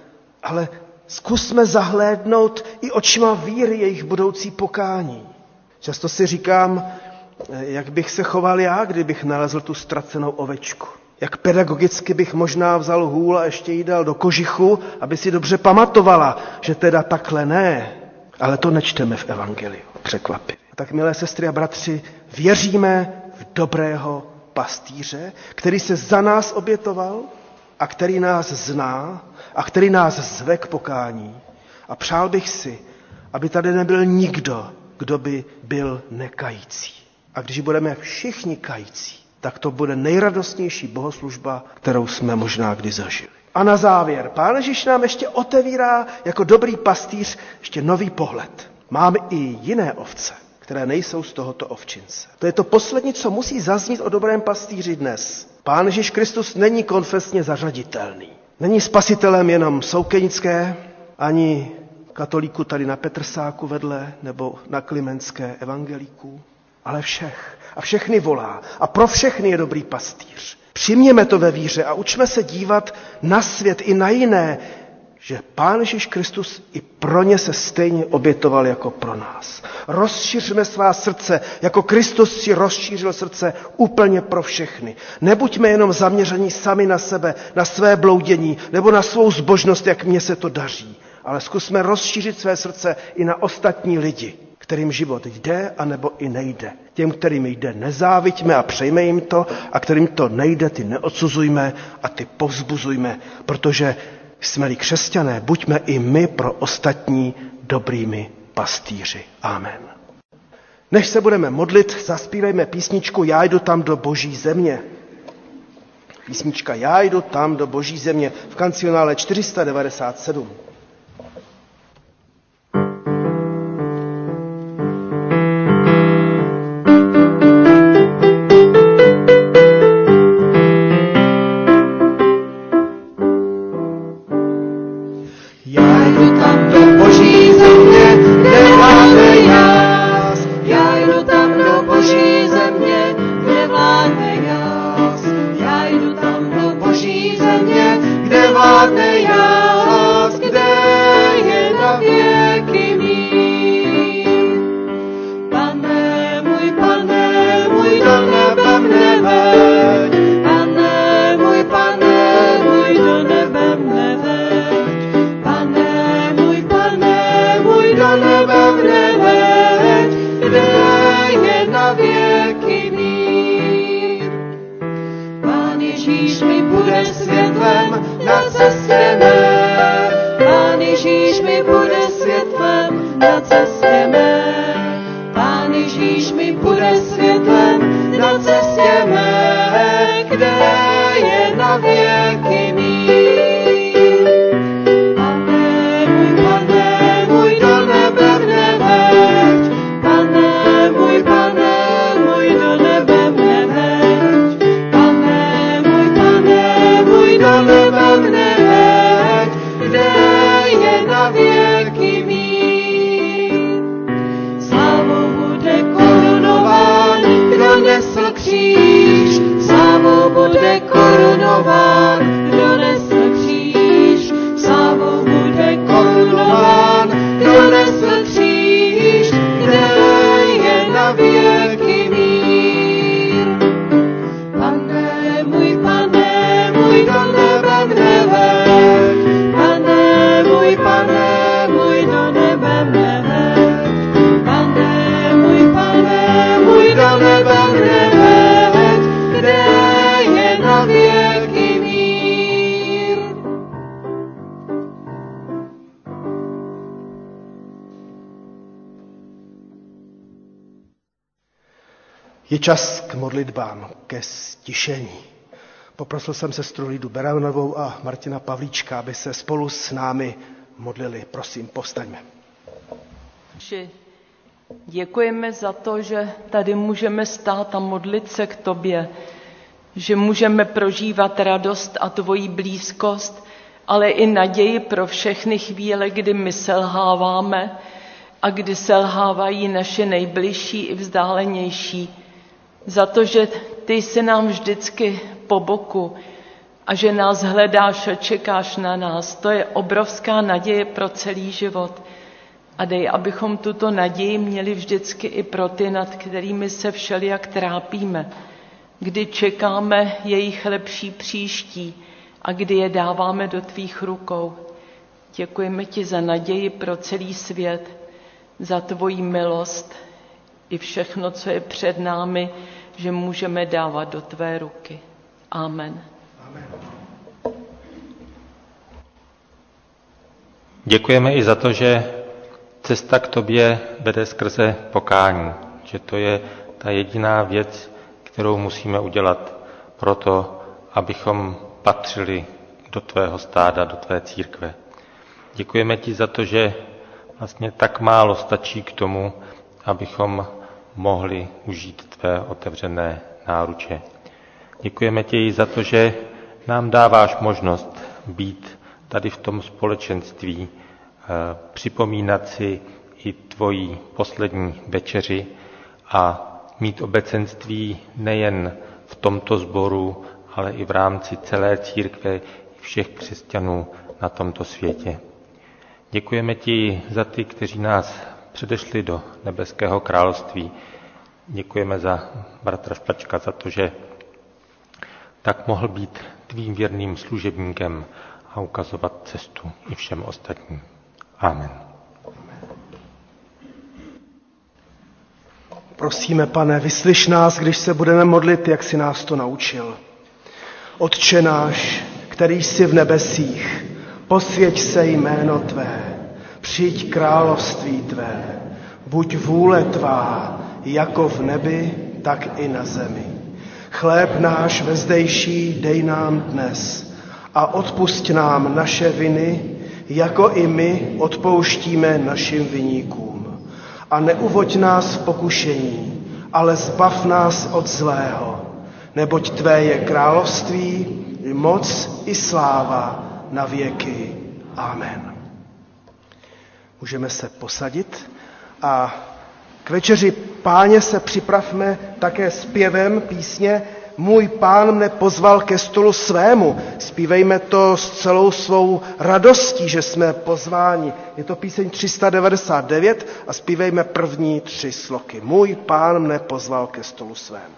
Speaker 1: ale zkusme zahlédnout i očima víry jejich budoucí pokání. Často si říkám, jak bych se choval já, kdybych nalezl tu ztracenou ovečku. Jak pedagogicky bych možná vzal hůl a ještě jí dal do kožichu, aby si dobře pamatovala, že teda takhle ne. Ale to nečteme v evangeliu, překvapivě. Tak, milé sestry a bratři, věříme v dobrého pastýře, který se za nás obětoval a který nás zná a který nás zve k pokání. A přál bych si, aby tady nebyl nikdo, kdo by byl nekající. A když budeme všichni kající, tak to bude nejradostnější bohoslužba, kterou jsme možná kdy zažili. A na závěr, Pán Ježíš nám ještě otevírá jako dobrý pastýř ještě nový pohled. Máme i jiné ovce, které nejsou z tohoto ovčince. To je to poslední, co musí zaznít o dobrém pastýři dnes. Pán Ježíš Kristus není konfesně zařaditelný. Není spasitelem jenom Soukenické, ani katolíku tady na Petrsáku vedle, nebo na Klimentské evangelíků, ale všech. A všechny volá. A pro všechny je dobrý pastýř. Přijměme to ve víře a učme se dívat na svět i na jiné, že Pán Ježíš Kristus i pro ně se stejně obětoval jako pro nás. Rozšiřme svá srdce, jako Kristus si rozšířil srdce úplně pro všechny. Nebuďme jenom zaměření sami na sebe, na své bloudění nebo na svou zbožnost, jak mně se to daří. Ale zkusme rozšířit své srdce i na ostatní lidi, kterým život jde, anebo i nejde. Těm, kterým jde, nezáviďme a přejme jim to, a kterým to nejde, ty neodsuzujme a ty povzbuzujme, protože jsme-li křesťané, buďme i my pro ostatní dobrými pastýři. Amen. Než se budeme modlit, zaspívejme písničku Já jdu tam do boží země. Písnička Já jdu tam do boží země v kancionále čtyři sta devadesát sedm. Je čas k modlitbám, ke stišení. Poprosil jsem sestru Lidu Beranovou a Martina Pavlíčka, aby se spolu s námi modlili. Prosím, povstaňme.
Speaker 7: Děkujeme za to, že tady můžeme stát a modlit se k tobě, že můžeme prožívat radost a tvoji blízkost, ale i naději pro všechny chvíle, kdy my selháváme a kdy selhávají naše nejbližší i vzdálenější. Za to, že ty jsi nám vždycky po boku a že nás hledáš a čekáš na nás. To je obrovská naděje pro celý život. A dej, abychom tuto naději měli vždycky i pro ty, nad kterými se všelijak trápíme, kdy čekáme jejich lepší příští a kdy je dáváme do tvých rukou. Děkujeme ti za naději pro celý svět, za tvoji milost i všechno, co je před námi, že můžeme dávat do tvé ruky. Amen.
Speaker 1: Amen.
Speaker 5: Děkujeme i za to, že cesta k tobě vede skrze pokání, že to je ta jediná věc, kterou musíme udělat proto, abychom patřili do tvého stáda, do tvé církve. Děkujeme ti za to, že vlastně tak málo stačí k tomu, abychom mohli užít tvé otevřené náruče. Děkujeme ti za to, že nám dáváš možnost být tady v tom společenství, připomínat si i tvoji poslední večeři a mít obecenství nejen v tomto sboru, ale i v rámci celé církve všech křesťanů na tomto světě. Děkujeme ti za ty, kteří nás předešli do nebeského království. Děkujeme za bratra Špačka, za to, že tak mohl být tvým věrným služebníkem a ukazovat cestu i všem ostatním. Amen.
Speaker 1: Prosíme, Pane, vyslyš nás, když se budeme modlit, jak jsi nás to naučil. Otče náš, který jsi v nebesích, posvěť se jméno tvé, přijď království tvé, buď vůle tvá, jako v nebi, tak i na zemi. Chléb náš vezdejší dej nám dnes a odpusť nám naše viny, jako i my odpouštíme našim viníkům. A neuvoď nás v pokušení, ale zbav nás od zlého, neboť tvé je království, moc i sláva na věky. Amen. Můžeme se posadit a k večeři Páně se připravme také zpěvem písně Můj Pán mne pozval ke stolu svému. Zpívejme to s celou svou radostí, že jsme pozváni. Je to píseň tři sta devadesát devět a zpívejme první tři sloky. Můj Pán mne pozval ke stolu svému.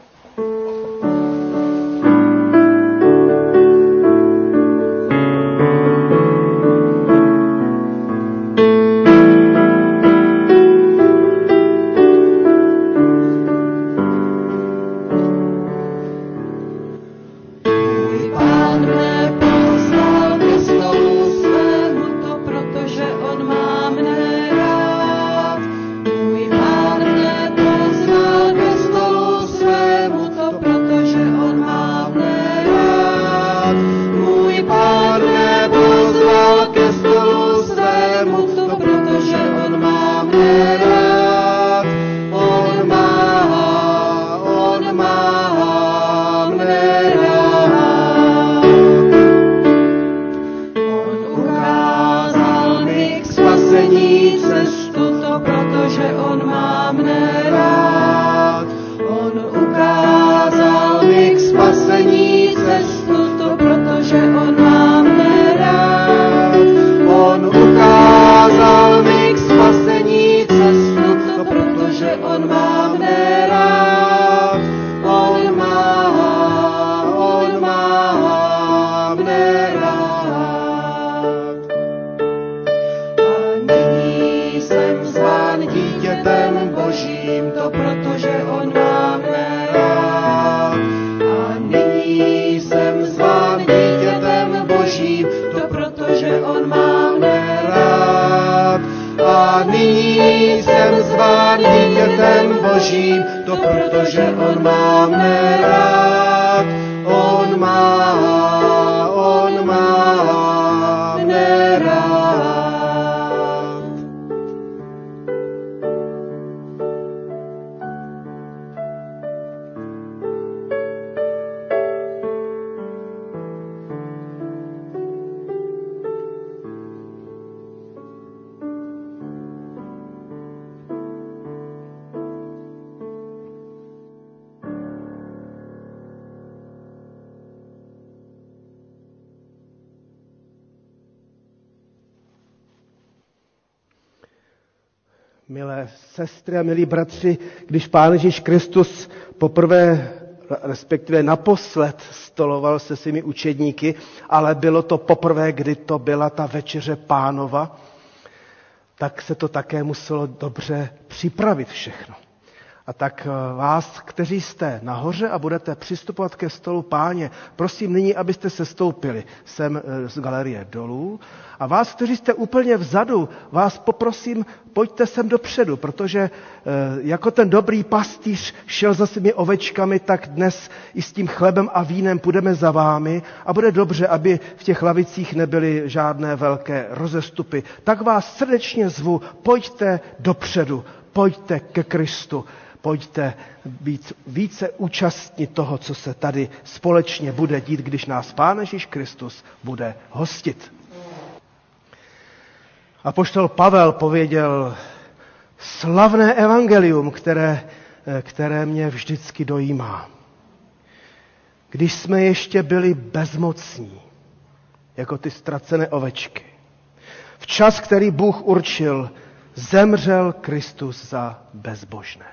Speaker 1: Milé sestry a milí bratři, když Pán Ježíš Kristus poprvé, respektive naposled stoloval se svými učedníky, ale bylo to poprvé, kdy to byla ta večeře Pánova, tak se to také muselo dobře připravit všechno. A tak vás, kteří jste nahoře a budete přistupovat ke stolu Páně, prosím nyní, abyste se stoupili sem z galerie dolů. A vás, kteří jste úplně vzadu, vás poprosím, pojďte sem dopředu, protože jako ten dobrý pastýř šel za svými ovečkami, tak dnes i s tím chlebem a vínem půjdeme za vámi a bude dobře, aby v těch lavicích nebyly žádné velké rozestupy. Tak vás srdečně zvu, pojďte dopředu, pojďte ke Kristu. Pojďte být více účastní toho, co se tady společně bude dít, když nás Pán Ježíš Kristus bude hostit. Apoštol Pavel pověděl slavné evangelium, které, které mě vždycky dojímá. Když jsme ještě byli bezmocní, jako ty ztracené ovečky, v čas, který Bůh určil, zemřel Kristus za bezbožné.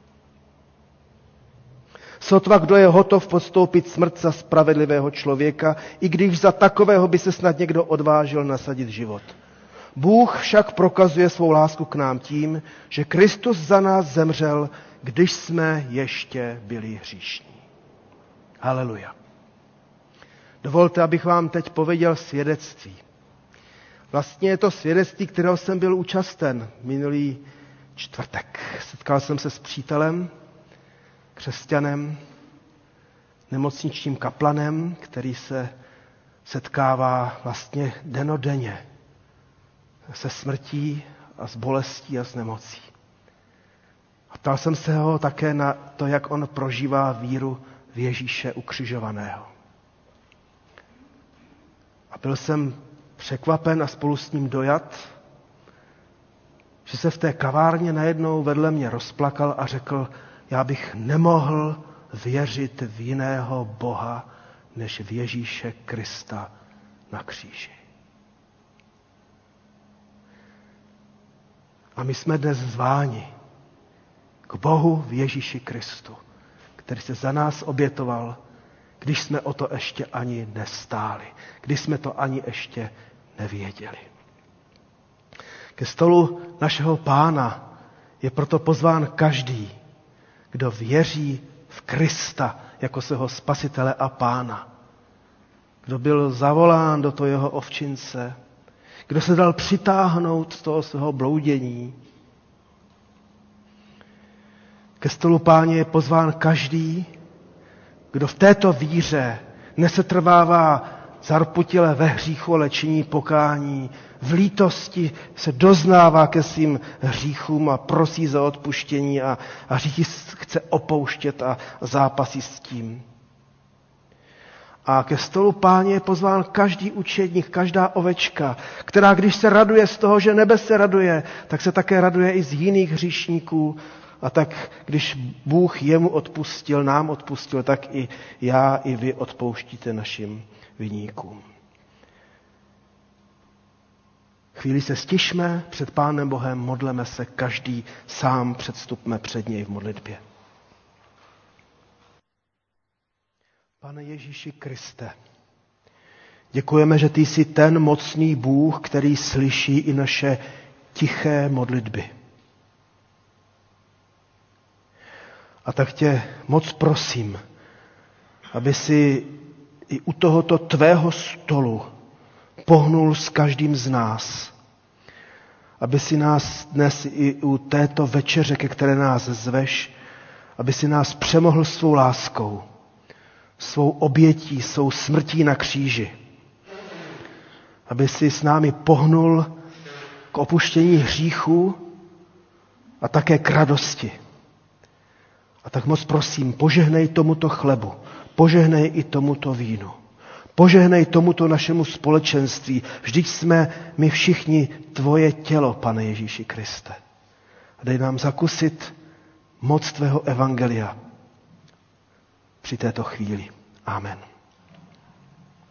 Speaker 1: Sotva kdo je hotov podstoupit smrt za spravedlivého člověka, i když za takového by se snad někdo odvážil nasadit život. Bůh však prokazuje svou lásku k nám tím, že Kristus za nás zemřel, když jsme ještě byli hříšní. Haleluja. Dovolte, abych vám teď pověděl svědectví. Vlastně je to svědectví, kterého jsem byl účasten minulý čtvrtek. Setkal jsem se s přítelem, křesťanem, nemocničním kaplanem, který se setkává vlastně dennodenně se smrtí a s bolestí a s nemocí. A ptal jsem se ho také na to, jak on prožívá víru v Ježíše ukřižovaného. A byl jsem překvapen a spolu s ním dojat, že se v té kavárně najednou vedle mě rozplakal a řekl, já bych nemohl věřit v jiného Boha, než v Ježíše Krista na kříži. A my jsme dnes zváni k Bohu v Ježíši Kristu, který se za nás obětoval, když jsme o to ještě ani nestáli, když jsme to ani ještě nevěděli. Ke stolu našeho Pána je proto pozván každý, kdo věří v Krista jako svého spasitele a Pána. Kdo byl zavolán do toho jeho ovčince, kdo se dal přitáhnout z toho svého bloudění. Ke stolu Páně je pozván každý, kdo v této víře nesetrvává zarputile ve hříchu, ale činí pokání, v lítosti se doznává ke svým hříchům a prosí za odpuštění a, a hříchy chce opouštět a zápasí s tím. A ke stolu Páně je pozván každý učedník, každá ovečka, která když se raduje z toho, že nebe se raduje, tak se také raduje i z jiných hříšníků. A tak když Bůh jemu odpustil, nám odpustil, tak i já, i vy odpouštíte našim viníkům. Chvíli se stišme před Pánem Bohem, modleme se, každý sám předstupme před něj v modlitbě. Pane Ježíši Kriste, děkujeme, že ty jsi ten mocný Bůh, který slyší i naše tiché modlitby. A tak tě moc prosím, aby si i u tohoto tvého stolu pohnul s každým z nás. Aby si nás dnes i u této večeře, ke které nás zveš, aby si nás přemohl svou láskou, svou obětí, svou smrtí na kříži. Aby si s námi pohnul k opuštění hříchu a také k radosti. A tak moc prosím, požehnej tomuto chlebu, požehnej i tomuto vínu. Požehnej tomuto našemu společenství. Vždyť jsme my všichni tvoje tělo, Pane Ježíši Kriste. A dej nám zakusit moc tvého evangelia při této chvíli. Amen.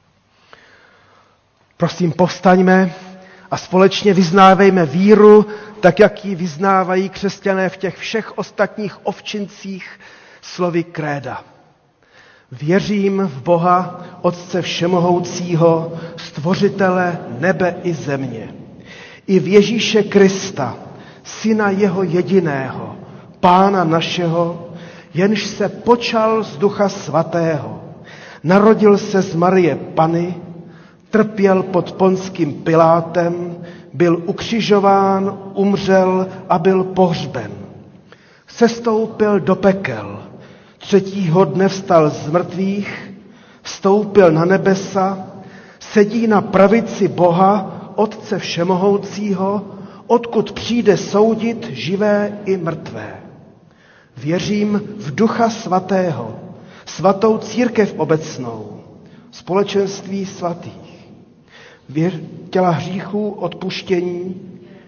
Speaker 1: Prosím, povstaňme a společně vyznávejme víru tak jak ji vyznávají křesťané v těch všech ostatních ovčincích slovy kréda. Věřím v Boha, Otce všemohoucího, stvořitele nebe i země, i v Ježíše Krista, syna jeho jediného, Pána našeho, jenž se počal z Ducha Svatého, narodil se z Marie Panny, trpěl pod Ponským Pilátem, byl ukřižován, umřel a byl pohřben. Sestoupil do pekel, třetího dne vstal z mrtvých, vstoupil na nebesa, sedí na pravici Boha, Otce všemohoucího, odkud přijde soudit živé i mrtvé. Věřím v Ducha Svatého, svatou církev obecnou, společenství svatých, věř, těla hříchů, odpuštění,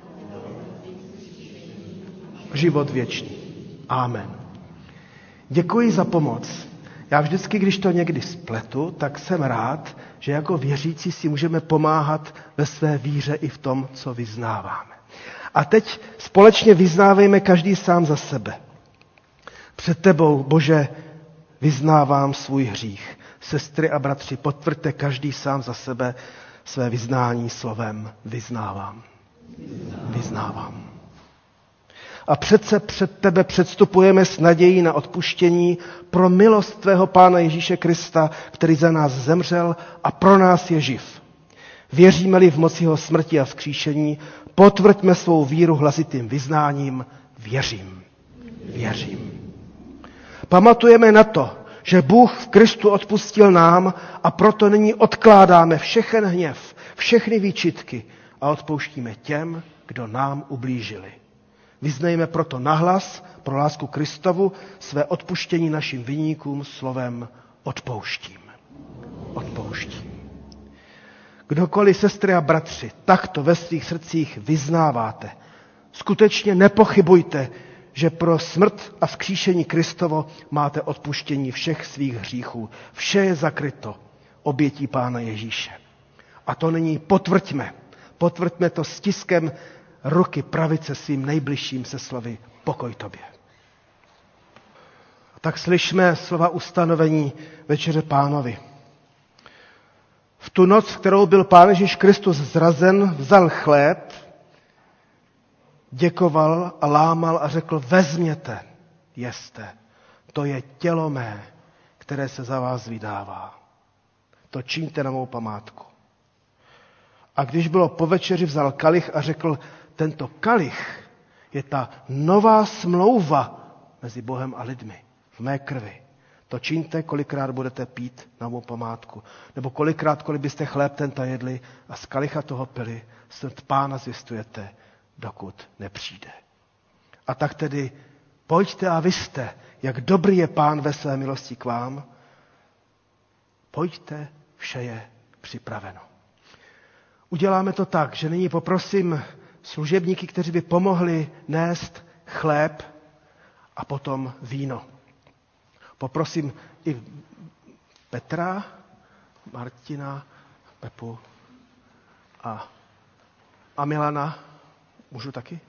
Speaker 1: život věčný. Amen. Děkuji za pomoc. Já vždycky, když to někdy spletu, tak jsem rád, že jako věřící si můžeme pomáhat ve své víře i v tom, co vyznáváme. A teď společně vyznávejme každý sám za sebe. Před tebou, Bože, vyznávám svůj hřích. Sestry a bratři, potvrďte každý sám za sebe své vyznání slovem vyznávám. Vyznávám. A přece před tebe předstupujeme s nadějí na odpuštění pro milost tvého Pána Ježíše Krista, který za nás zemřel a pro nás je živ. Věříme-li v moc jeho smrti a vzkříšení, potvrďme svou víru hlasitým vyznáním. Věřím. Věřím. Pamatujeme na to, že Bůh v Kristu odpustil nám a proto nyní odkládáme všechen hněv, všechny výčitky a odpouštíme těm, kdo nám ublížili. Vyznejme proto nahlas pro lásku Kristovu své odpuštění našim viníkům slovem odpouštím. Odpouštím. Kdokoliv, sestry a bratři, takto ve svých srdcích vyznáváte, skutečně nepochybujte, že pro smrt a vzkříšení Kristovo máte odpuštění všech svých hříchů. Vše je zakryto obětí Pána Ježíše. A to nyní potvrďme. Potvrďme to stiskem ruky pravice svým nejbližším se slovy pokoj tobě. Tak slyšme slova ustanovení Večeře Pánovi. V tu noc, v kterou byl Pán Ježíš Kristus zrazen, vzal chléb, děkoval a lámal a řekl, vezměte, jeste, to je tělo mé, které se za vás vydává. To čiňte na mou památku. A když bylo po večeři, vzal kalich a řekl, tento kalich je ta nová smlouva mezi Bohem a lidmi v mé krvi. To čiňte, kolikrát budete pít na mou památku. Nebo kolikrát, kolik byste chléb tento jedli a z kalicha toho pili, smrt Pána zvěstujete, dokud nepřijde. A tak tedy pojďte a vyste, jak dobrý je Pán ve své milosti k vám. Pojďte, vše je připraveno. Uděláme to tak, že nyní poprosím služebníky, kteří by pomohli nést chléb a potom víno. Poprosím i Petra, Martina, Pepu a, a Milana. Můžu taky?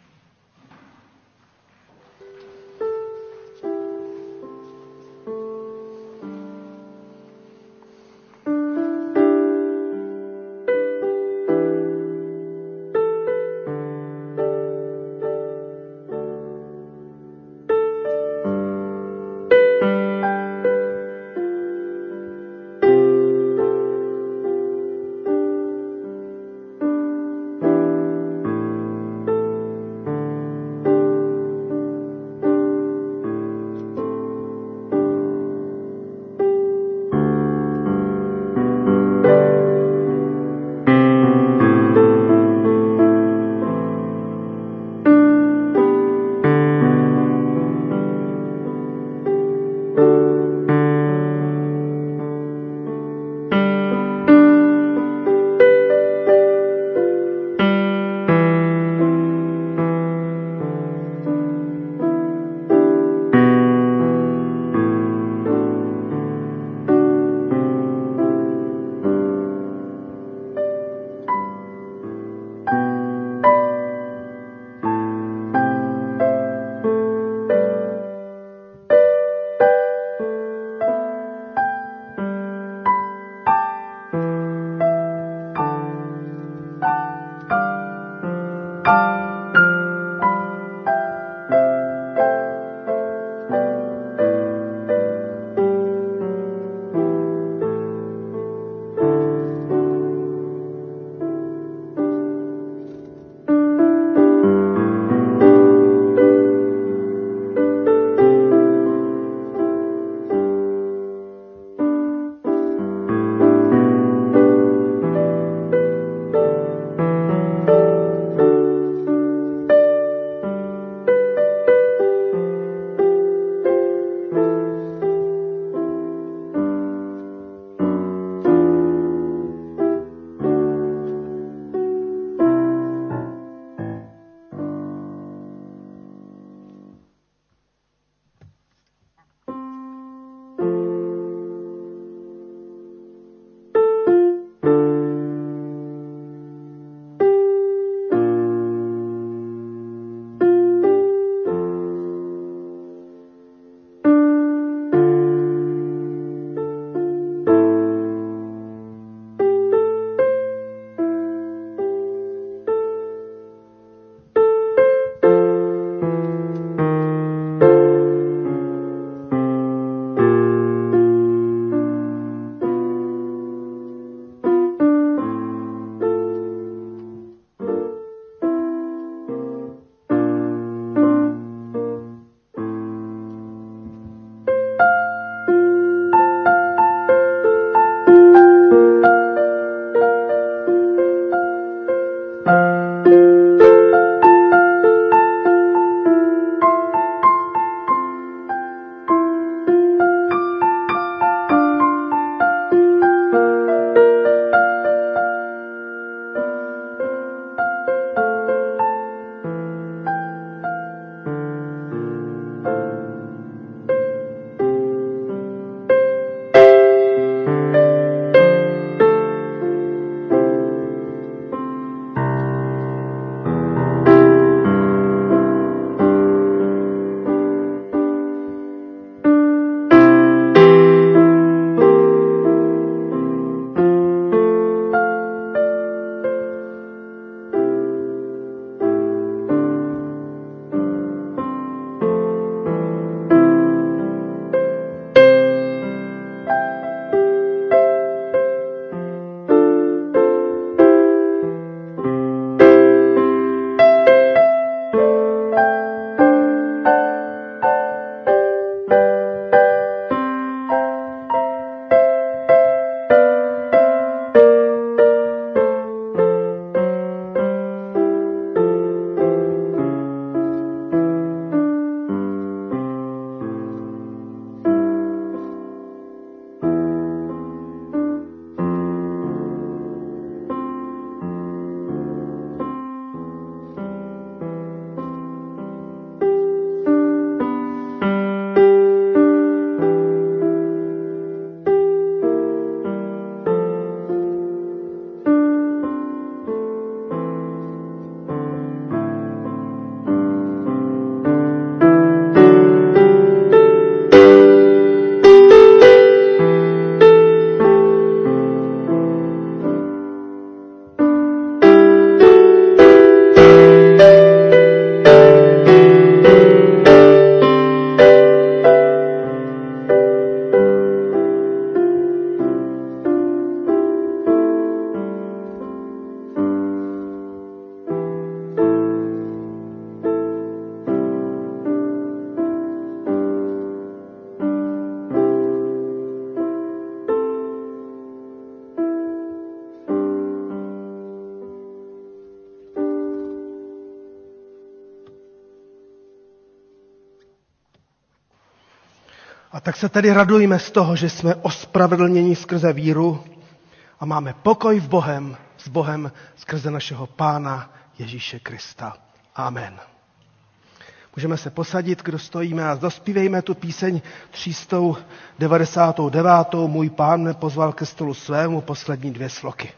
Speaker 1: A tak se tedy radujme z toho, že jsme ospravedlněni skrze víru a máme pokoj v Bohem, s Bohem skrze našeho Pána Ježíše Krista. Amen. Můžeme se posadit, kdo stojíme, a zaspívejme tu píseň tři sta devadesát devět. Můj Pán mne pozval ke stolu svému, poslední dvě sloky.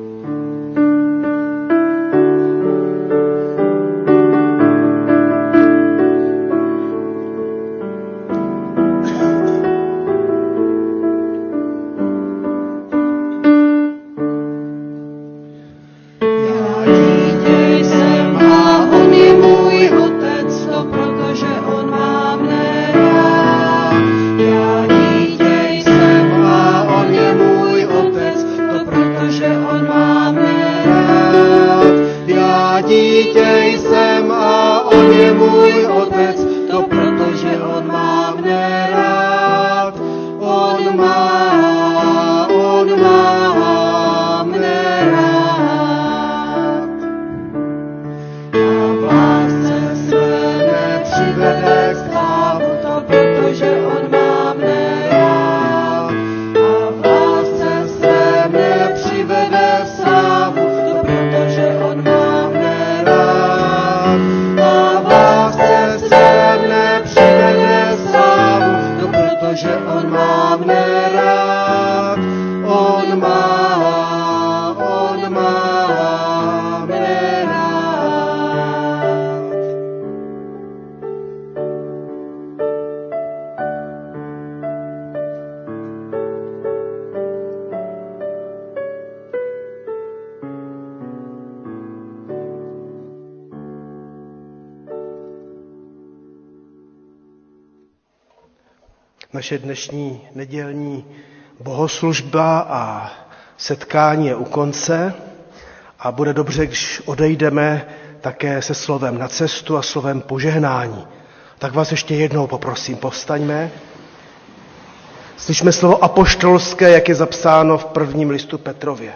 Speaker 1: Naše dnešní nedělní bohoslužba a setkání je u konce a bude dobře, když odejdeme také se slovem na cestu a slovem požehnání. Tak vás ještě jednou poprosím, povstaňme. Slyšme slovo apoštolské, jak je zapsáno v prvním listu Petrově.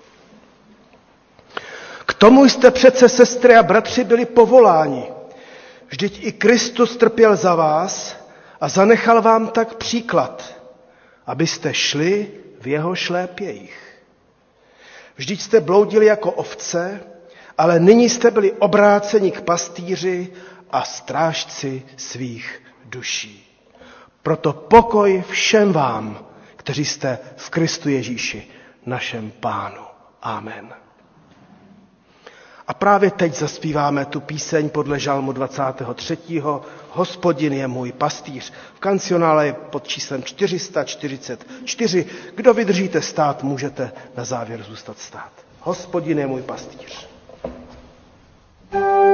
Speaker 1: K tomu jste přece, sestry a bratři, byli povoláni. Vždyť i Kristus trpěl za vás a zanechal vám tak příklad, abyste šli v jeho šlépějích. Vždyť jste bloudili jako ovce, ale nyní jste byli obráceni k pastýři a strážci svých duší. Proto pokoj všem vám, kteří jste v Kristu Ježíši, našem Pánu. Amen. A právě teď zaspíváme tu píseň podle žalmu dvacátého třetího Hospodin je můj pastýř. V kancionále je pod číslem čtyři sta čtyřicet čtyři. Kdo vydržíte stát, můžete na závěr zůstat stát. Hospodin je můj pastýř.